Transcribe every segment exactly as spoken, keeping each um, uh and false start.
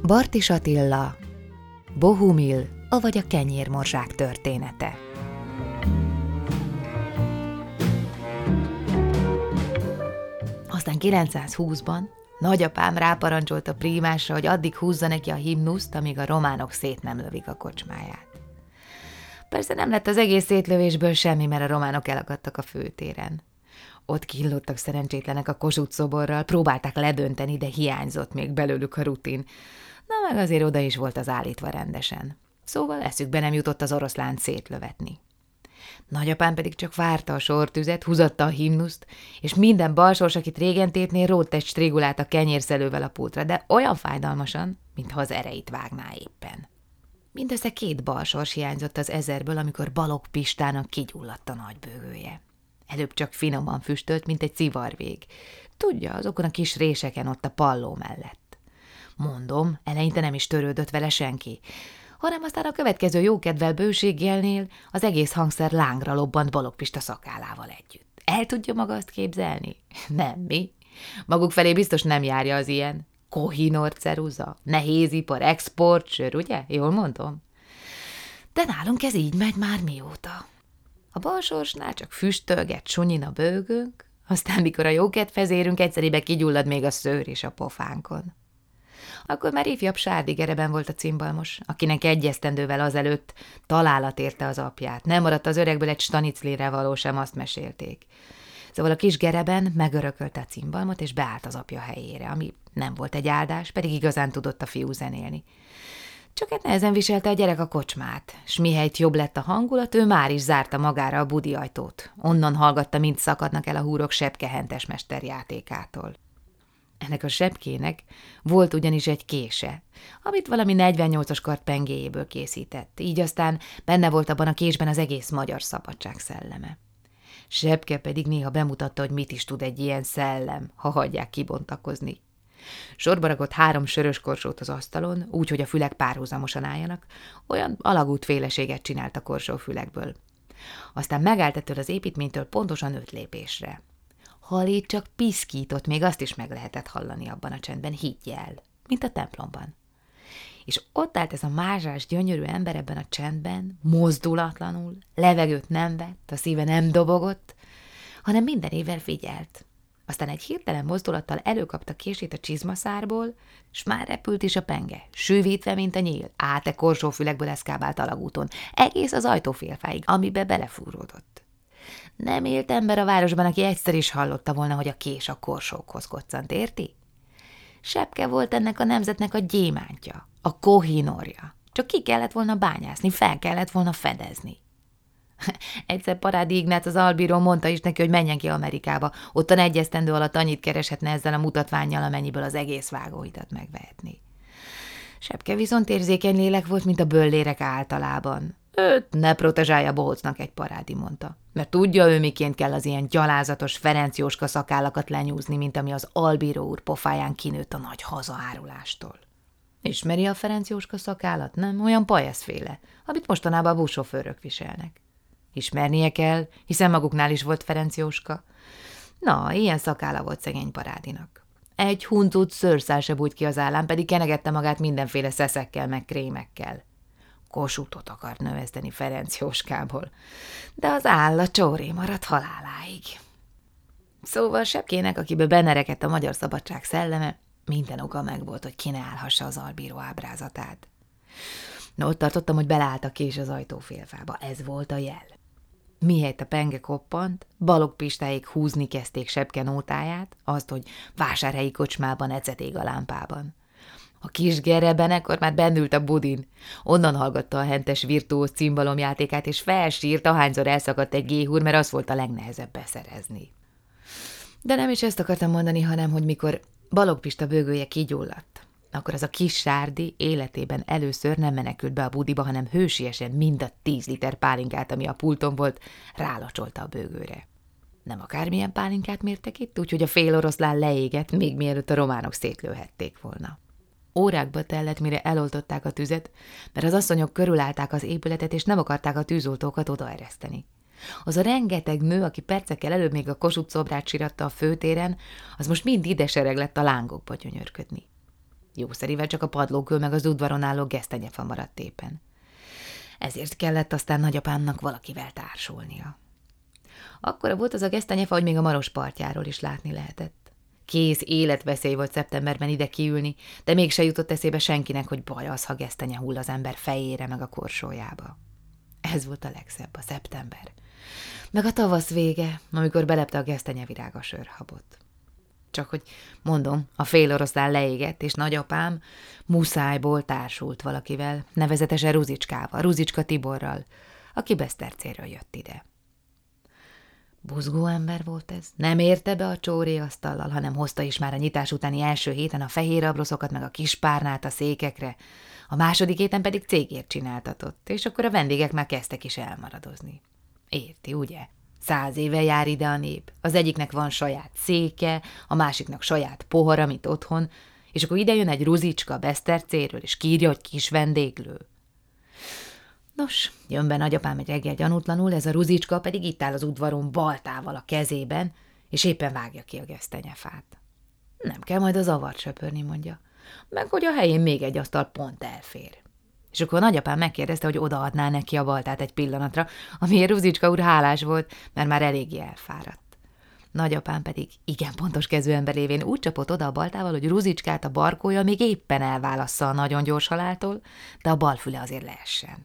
Bartis Attila, Bohumil, avagy a kenyérmorzsák története. Aztán kilencszázhúszban nagyapám ráparancsolt a prímásra, hogy addig húzza neki a himnuszt, amíg a románok szét nem lövik a kocsmáját. Persze nem lett az egész szétlövésből semmi, mert a románok elakadtak a főtéren. Ott killottak szerencsétlenek a Kossuth szoborral, próbálták ledönteni, de hiányzott még belőlük a rutin. Na meg azért oda is volt az állítva rendesen. Szóval eszükbe nem jutott az oroszlánt szétlövetni. Nagyapám pedig csak várta a sortüzet, húzatta a himnuszt, és minden balsors, akit régen tépnél, rótt egy strigulát a kenyérszelővel a pultra, de olyan fájdalmasan, mintha az ereit vágná éppen. Mindössze két balsors hiányzott az ezerből, amikor Balogh Pistának kigyulladt a nagybőgője. Előbb csak finoman füstölt, mint egy civarvég. Tudja, azokon a kis réseken ott a palló mellett. Mondom, eleinte nem is törődött vele senki, hanem aztán a következő jókedvel bőségjelnél az egész hangszer lángra lobbant Balogh Pista szakállával együtt. El tudja maga azt képzelni? Nem, mi? Maguk felé biztos nem járja az ilyen. Kohinor ceruza, nehézipar, exportsör, ugye? Jól mondom? De nálunk ez így megy már mióta. A balsorsnál csak füstölget sunyin a bőgőnk, aztán mikor a jókedvezérünk egyszerűen kigyullad még a szőr is a pofánkon. Akkor már ifjabb Sárdi Gereben volt a cimbalmos, akinek egy esztendővel azelőtt találat érte az apját. Nem maradt az öregből egy staniclére való sem, azt mesélték. Szóval a kis Gereben megörökölte a cimbalmot, és beállt az apja helyére, ami nem volt egy áldás, pedig igazán tudott a fiú zenélni. Csak hát nehezen viselte a gyerek a kocsmát, s mihelyt jobb lett a hangulat, ő már is zárta magára a budi ajtót. Onnan hallgatta, mint szakadnak el a húrok sebkehentes mesterjátékától. Ennek a sebkének volt ugyanis egy kése, amit valami negyvennyolcas kard pengéjéből készített, így aztán benne volt abban a késben az egész magyar szabadság szelleme. Sebke pedig néha bemutatta, hogy mit is tud egy ilyen szellem, ha hagyják kibontakozni. Sorba rakott három sörös korsót az asztalon, úgy, hogy a fülek párhuzamosan álljanak, olyan alagútféleséget csinált a korsófülekből. Aztán megállt ettől az építménytől pontosan öt lépésre. Halét csak piszkított, még azt is meg lehetett hallani abban a csendben, higgy el, mint a templomban. És ott állt ez a mázsás, gyönyörű ember ebben a csendben, mozdulatlanul, levegőt nem vett, a szíve nem dobogott, hanem minden évvel figyelt. Aztán egy hirtelen mozdulattal előkapta kését a csizmaszárból, s már repült is a penge, sűvítve, mint a nyíl, át e korsófülekből eszkábált alagúton, egész az ajtófélfáig, amibe belefúródott. Nem élt ember a városban, aki egyszer is hallotta volna, hogy a kés a korsókhoz koccant, érti? Sebke volt ennek a nemzetnek a gyémántja, a kohinorja. Csak ki kellett volna bányászni, fel kellett volna fedezni. Egyszer Parádi Ignác az albíró mondta is neki, hogy menjen ki Amerikába, ottan egy esztendő alatt annyit kereshetne ezzel a mutatvánnyal, amennyiből az egész vágóhidat megvehetni. Sebke viszont érzékeny lélek volt, mint a böllérek általában. Őt ne protezsálja bohócnak, egy Parádi mondta, mert tudja ő, miként kell az ilyen gyalázatos Ferenc Jóska szakállakat lenyúzni, mint ami az albíró úr pofáján kinőtt a nagy hazaárulástól. Ismeri a Ferenc Jóska szakállat, nem? Olyan pajeszféle, amit mostanában a buszsofőrök viselnek. Ismernie kell, hiszen maguknál is volt Ferenc Jóska. Na, ilyen szakálla volt szegény Parádinak. Egy huncut szőrszál se bújt ki az állán, pedig kenegette magát mindenféle szeszekkel meg krémekkel. Kossuthot akart növeszteni Ferenc Jóskából, de az álla csóré maradt haláláig. Szóval Sebkének, akiből benerekedt a magyar szabadság szelleme, minden oka megvolt, hogy ki ne állhassa az albíró ábrázatát. No, ott tartottam, hogy beleállt a kés az ajtófélfába. Ez volt a jel. Mihelyt a penge koppant, Balogh Pistáék húzni kezdték Sebke nótáját, azt, hogy vásárhelyi kocsmában edzett ég a lámpában. A kis Gereben ekkor már bennült a budin. Onnan hallgatta a hentes virtuóz cimbalomjátékát, és felsírt, ahányszor elszakadt egy géhúr, mert az volt a legnehezebb beszerezni. De nem is ezt akartam mondani, hanem, hogy mikor Balogh Pista bőgője kigyulladt, akkor az a kis Sárdi életében először nem menekült be a budiba, hanem hősiesen mind a tíz liter pálinkát, ami a pulton volt, rálacsolta a bőgőre. Nem akármilyen pálinkát mértek itt, úgyhogy a fél oroszlán leégett, még mielőtt a románok szétlőhették volna. Órákba tellett, mire eloltották a tüzet, mert az asszonyok körülállták az épületet, és nem akarták a tűzoltókat odaereszteni. Az a rengeteg nő, aki percekkel előbb még a Kossuth szobrát síratta a főtéren, az most mind ide sereg lett a lángokba gyönyörködni. Jószerivel csak a padlókő meg az udvaron álló gesztenyefa maradt éppen. Ezért kellett aztán nagyapámnak valakivel társulnia. Akkora volt az a gesztenyefa, hogy még a Maros partjáról is látni lehetett. Kész életveszély volt szeptemberben ide kiülni, de mégse jutott eszébe senkinek, hogy baj az, ha gesztenye hull az ember fejére meg a korsójába. Ez volt a legszebb, a szeptember. Meg a tavasz vége, amikor belepte a gesztenyevirág a sörhabot. Csak hogy mondom, a fél oroszlán leégett, és nagyapám muszájból társult valakivel, nevezetesen Ruzicskával, Ruzicska Tiborral, aki Besztercéről jött ide. Buzgó ember volt ez. Nem érte be a csóré asztallal, hanem hozta is már a nyitás utáni első héten a fehér abroszokat meg a kis párnát a székekre, a második héten pedig cégért csináltatott, és akkor a vendégek már kezdtek is elmaradozni. Érti, ugye? Száz éve jár ide a nép. Az egyiknek van saját széke, a másiknak saját pohara, mint otthon, és akkor ide jön egy Ruzicska Besztercéről, és kírja, hogy kis vendéglő. Nos, jön be nagyapám egy reggel gyanútlanul, ez a Ruzicska pedig itt áll az udvaron baltával a kezében, és éppen vágja ki a gesztenyefát. Nem kell majd a zavart söpörni, mondja. Meg hogy a helyén még egy asztal pont elfér. És akkor a nagyapám megkérdezte, hogy odaadná neki a baltát egy pillanatra, amiért Ruzicska úr hálás volt, mert már eléggé elfáradt. Nagyapám pedig igen pontos kezű ember lévén úgy csapott oda a baltával, hogy Ruzicskát a barkója még éppen elválassza a nagyon gyors haláltól, de a bal füle azért leessen.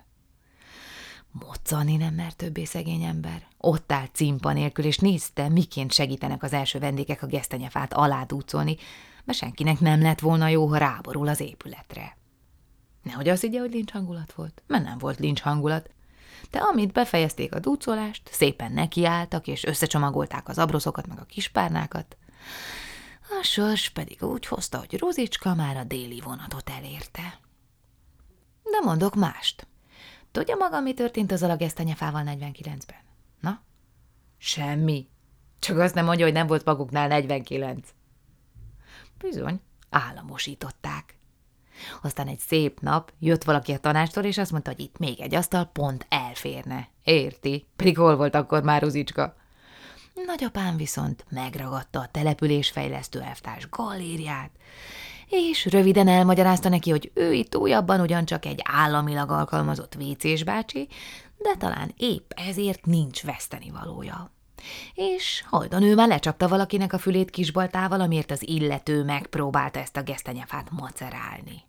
Moccani nem mert többé szegény ember. Ott állt cimpa nélkül, és nézte, miként segítenek az első vendégek a gesztenyefát aládúcolni, mert senkinek nem lett volna jó, ha ráborul az épületre. Nehogy azt higgye, hogy lincs hangulat volt, mert nem volt lincs hangulat. De amint befejezték a dúcolást, szépen nekiálltak, és összecsomagolták az abroszokat meg a kispárnákat. A sors pedig úgy hozta, hogy Ruzicska már a déli vonatot elérte. De mondok mást. Tudja maga, mi történt azzal a gesztenyefával negyvenkilencben? Na? Semmi. Csak azt nem mondja, hogy nem volt maguknál negyvenkilenc. Bizony, államosították. Aztán egy szép nap jött valaki a tanácstól, és azt mondta, hogy itt még egy asztal pont elférne. Érti? Pedig hol volt akkor már Ruzicska? Nagyapám viszont megragadta a településfejlesztő elvtárs galériát, és röviden elmagyarázta neki, hogy ő itt újabban ugyancsak egy államilag alkalmazott vécés bácsi, de talán épp ezért nincs vesztenivalója. És hajdan ő már lecsapta valakinek a fülét kisbaltával, amiért az illető megpróbálta ezt a gesztenyefát macerálni.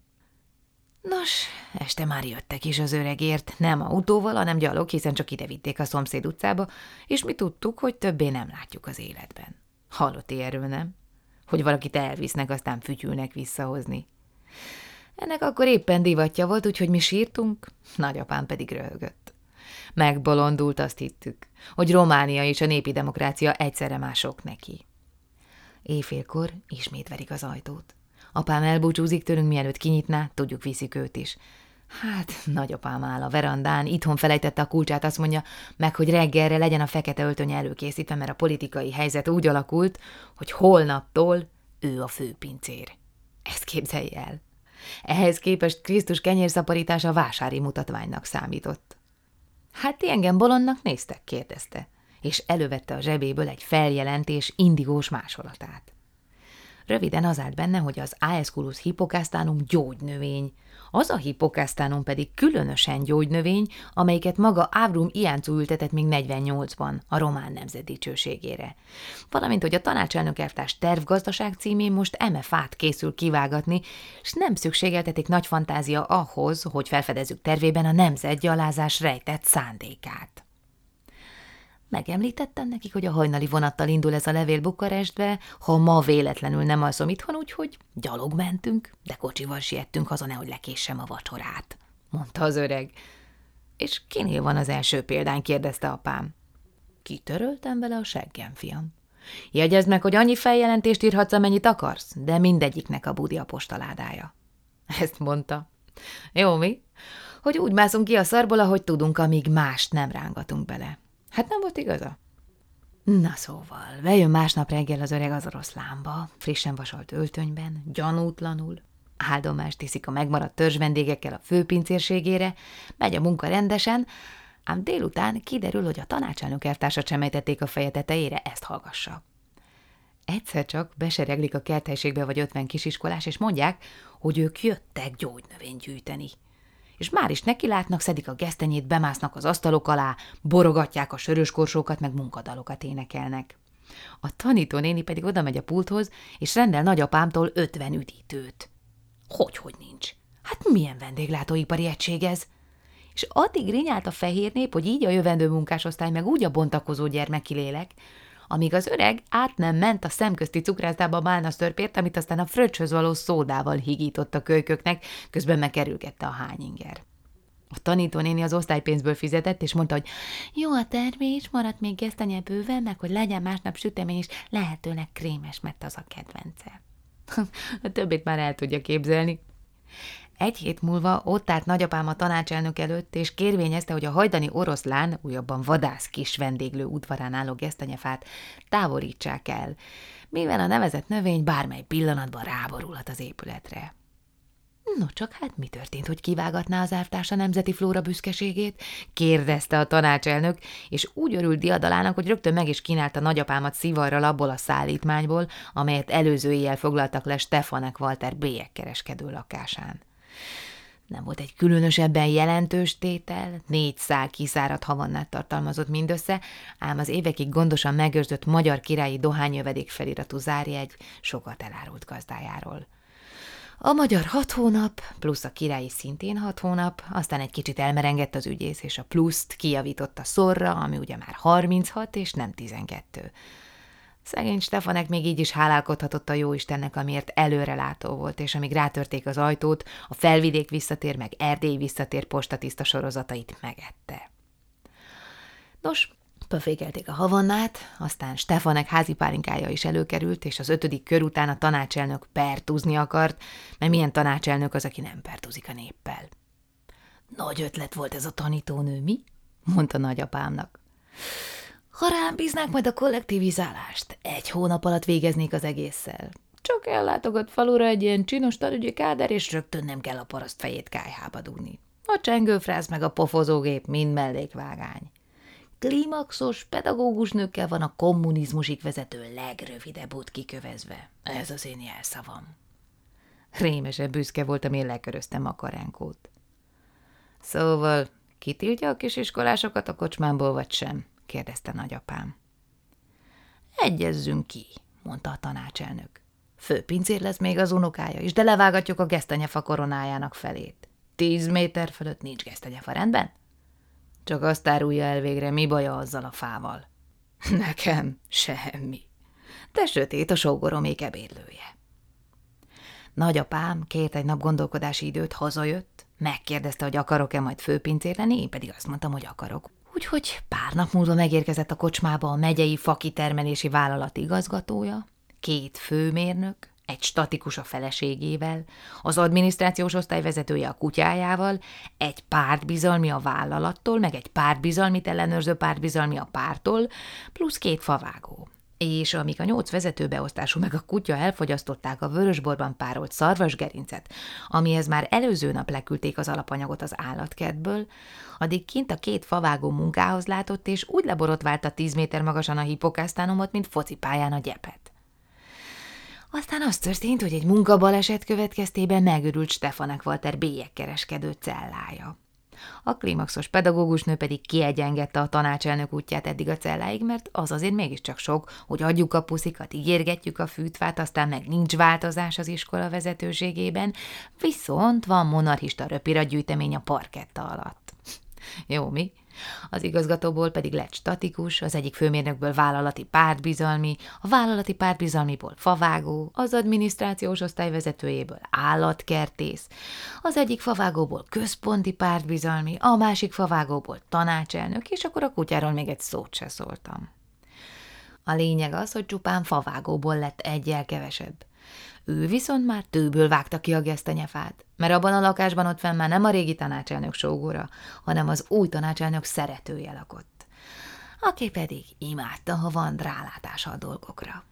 Nos, este már jöttek is az öregért, nem autóval, hanem gyalog, hiszen csak ide vitték a szomszéd utcába, és mi tudtuk, hogy többé nem látjuk az életben. Hallotti erről, nem? Hogy valakit elvisznek, aztán fütyülnek visszahozni. Ennek akkor éppen divatja volt, úgyhogy mi sírtunk, nagyapám pedig röhögött. Megbolondult, azt hittük, hogy Románia és a népi demokrácia egyszerre mások neki. Éjfélkor ismét verik az ajtót. Apám elbúcsúzik tőlünk, mielőtt kinyitná, tudjuk, viszik őt is. Hát, nagyapám áll a verandán, itthon felejtette a kulcsát, azt mondja, meg hogy reggelre legyen a fekete öltönye előkészítve, mert a politikai helyzet úgy alakult, hogy holnaptól ő a főpincér. Ezt képzelj el. Ehhez képest Krisztus kenyérszaporítása vásári mutatványnak számított. Hát ti engem bolondnak néztek, kérdezte, és elővette a zsebéből egy feljelentés indigós másolatát. Röviden az állt benne, hogy az Aesculus hippocastanum gyógynövény, az a hippocastanum pedig különösen gyógynövény, amelyiket maga Avrum Iancu ültetett még negyvennyolcban a román nemzet dicsőségére. Valamint, hogy a tanácselnök elvtárs tervgazdaság címén most eme fát készül kivágatni, s nem szükségeltetik nagy fantázia ahhoz, hogy felfedezzük tervében a nemzetgyalázás rejtett szándékát. Megemlítettem nekik, hogy a hajnali vonattal indul ez a levél Bukarestbe, ha ma véletlenül nem alszom itthon, úgyhogy gyalog mentünk, de kocsival siettünk haza, nehogy lekéssem a vacsorát, mondta az öreg. És kinél van az első példány, kérdezte apám. Kitöröltem vele a seggem, fiam. Jegyezd meg, hogy annyi feljelentést írhatsz, amennyit akarsz, de mindegyiknek a budi a postaládája. Ezt mondta. Jó, mi? Hogy úgy mászunk ki a szarból, ahogy tudunk, amíg mást nem rángatunk bele. Hát nem volt igaza? Na szóval, bejön másnap reggel az öreg az oroszlánba, frissen vasolt öltönyben, gyanútlanul, áldomást iszik a megmaradt törzsvendégekkel a főpincérségére, megy a munka rendesen, ám délután kiderül, hogy a tanácselnök elvtársat sem ejtették a feje tetejére, ezt hallgassa. Egyszer csak besereglik a kerthelyiségbe vagy ötven kisiskolás, és mondják, hogy ők jöttek gyógynövényt gyűjteni. És már is nekilátnak, szedik a gesztenyét, bemásznak az asztalok alá, borogatják a söröskorsókat, meg munkadalokat énekelnek. A tanítónéni pedig oda megy a pulthoz, és rendel nagyapámtól ötven üdítőt. Hogyhogy nincs? Hát milyen vendéglátóipari egység ez? És addig rinyált a fehér nép, hogy így a jövendő munkásosztály, meg úgy a bontakozó gyermeki lélek, amíg az öreg át nem ment a szemközti cukrászdába málnasztörpért, amit aztán a fröccsöz való szódával higított a kölyköknek, közben megkerülgette a hányinger. A tanítónéni az osztálypénzből fizetett, és mondta, hogy jó a termés, maradt még gesztenye bőven, meg hogy legyen másnap sütemény, és lehetőleg krémes, mert az a kedvence. A többit már el tudja képzelni. Egy hét múlva ott állt nagyapám a tanácselnök előtt, és kérvényezte, hogy a hajdani oroszlán, újabban vadász kis vendéglő udvarán álló gesztenyefát távolítsák el, mivel a nevezett növény bármely pillanatban ráborulhat az épületre. No csak hát mi történt, hogy kivágatná az elvtárs a nemzeti flóra büszkeségét? Kérdezte a tanácselnök, és úgy örült diadalának, hogy rögtön meg is kínálta nagyapámat szivarral abból a szállítmányból, amelyet előző éjjel foglaltak le Stefanek Walter bélyegkereskedő lakásán. Nem volt egy különösebben jelentős tétel, négy szál kiszáradt havannát tartalmazott mindössze, ám az évekig gondosan megőrzött magyar királyi dohányjövedék feliratú zárjegy sokat elárult gazdájáról. A magyar hat hónap, plusz a királyi szintén hat hónap, aztán egy kicsit elmerengett az ügyész, és a pluszt kijavította szorra, ami ugye már harminchat és nem tizenkettő. Szegény Stefanek még így is hálálkodhatott a jóistennek, amiért előrelátó volt, és amíg rátörték az ajtót, a Felvidék visszatér meg Erdély visszatér postatiszta sorozatait megette. Nos, pöfékelték a havannát, aztán Stefanek házi pálinkája is előkerült, és az ötödik kör után a tanácselnök pertúzni akart, mert milyen tanácselnök az, aki nem pertúzik a néppel. Nagy ötlet volt ez a tanítónő, mi? Mondta nagyapámnak. Ha rám bíznák majd a kollektivizálást, egy hónap alatt végeznék az egésszel. Csak ellátogat falura egy ilyen csinos tanügyi káder, és rögtön nem kell a paraszt fejét kályhába dugni. A csengőfrász meg a pofozógép mind mellékvágány. Klimaxos pedagógus nőkkel van a kommunizmusig vezető legrövidebb út kikövezve. Ez az én jelszavam. Rémesen büszke voltam, én leköröztem a karánkót. Szóval kitiltja a kisiskolásokat a kocsmámból, vagy sem? Kérdezte nagyapám. Egyezzünk ki, mondta a tanácselnök. Főpincér lesz még az unokája is, de levágatjuk a gesztenyefa koronájának felét. Tíz méter fölött nincs gesztenyefa, rendben? Csak azt árulja el végre, mi baja azzal a fával. Nekem semmi. De sötét a sógoromék ebédlője. Nagyapám kért egy nap gondolkodási időt, hazajött, megkérdezte, hogy akarok-e majd főpincér lenni, én pedig azt mondtam, hogy akarok. Úgyhogy pár nap múlva megérkezett a kocsmába a megyei fakitermelési vállalat igazgatója, két főmérnök, egy statikus a feleségével, az adminisztrációs osztály vezetője a kutyájával, egy pártbizalmi a vállalattól, meg egy pártbizalmit ellenőrző pártbizalmi a pártól, plusz két favágó. És amíg a nyolc vezetőbeosztású meg a kutya elfogyasztották a vörösborban párolt szarvasgerincet, amihez már előző nap leküldték az alapanyagot az állatkertből, addig kint a két favágó munkához látott, és úgy leborotválta tíz méter magasan a hipokásztánumot, mint focipályán a gyepet. Aztán az történt, hogy egy munkabaleset következtében megőrült Stefanek Walter bélyegkereskedő cellája. A klimaxos pedagógusnő pedig kiegyengedte a tanácselnök útját eddig a celláig, mert az azért mégiscsak sok, hogy adjuk a puszikat, ígérgetjük a fűtfát, aztán meg nincs változás az iskola vezetőségében, viszont van monarchista röpira gyűjtemény a parketta alatt. Jó, mi? Az igazgatóból pedig lett statikus, az egyik főmérnökből vállalati pártbizalmi, a vállalati pártbizalmiból favágó, az adminisztrációs osztály vezetőjéből állatkertész, az egyik favágóból központi pártbizalmi, a másik favágóból tanácselnök, és akkor a kutyáról még egy szót se szóltam. A lényeg az, hogy csupán favágóból lett egyel kevesebb. Ő viszont már tőből vágta ki a gesztenyefát, mert abban a lakásban ott fenn már nem a régi tanácselnök sógora, hanem az új tanácselnök szeretője lakott, aki pedig imádta, ha van rálátása a dolgokra.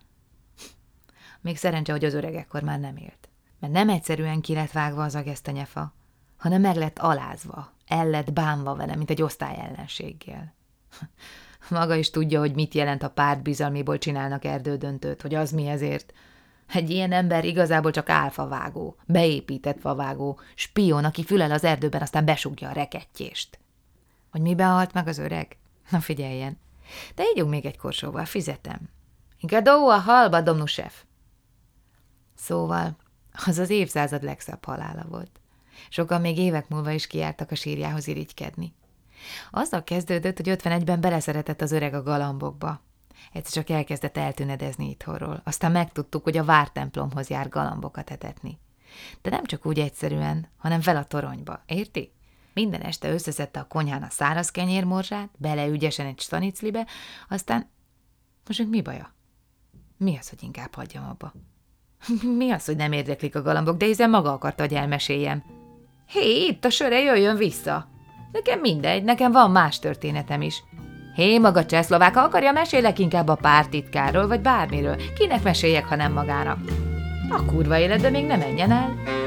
Még szerencse, hogy az öreg ekkor már nem élt, mert nem egyszerűen ki lett vágva az a gesztenyefa, hanem meg lett alázva, el lett bánva vele, mint egy osztály ellenséggel. Maga is tudja, hogy mit jelent, ha párt bizalmiból csinálnak erdődöntőt, hogy az mi ezért. Egy ilyen ember igazából csak álfavágó, beépített favágó, spion, aki fülel az erdőben, aztán besúgja a rekettyést. Hogy miben halt meg az öreg? Na figyeljen, de ígyunk még egy korsóval, fizetem. Gadó a halba, domnusef. Szóval az az évszázad legszebb halála volt. Sokan még évek múlva is kijártak a sírjához irigykedni. Azzal kezdődött, hogy ötvenegyben beleszeretett az öreg a galambokba. Egyszer csak elkezdett eltűnedezni itthonról. Aztán megtudtuk, hogy a vártemplomhoz jár galambokat etetni. De nem csak úgy egyszerűen, hanem fel a toronyba, érti? Minden este összeszedte a konyhán a száraz kenyérmorzsát, bele ügyesen egy staniclibe, aztán... Most mi baja? Mi az, hogy inkább hagyjam abba? Mi az, hogy nem érdeklik a galambok, de hiszen maga akarta, hogy elmeséljem. Hé, itt a söre, jöjjön vissza! Nekem mindegy, nekem van más történetem is. Hé, maga csehszlovák, ha akarja, mesélek inkább a pártitkárról, vagy bármiről. Kinek meséljek, ha nem magának? A kurva élet, de még ne menjen el.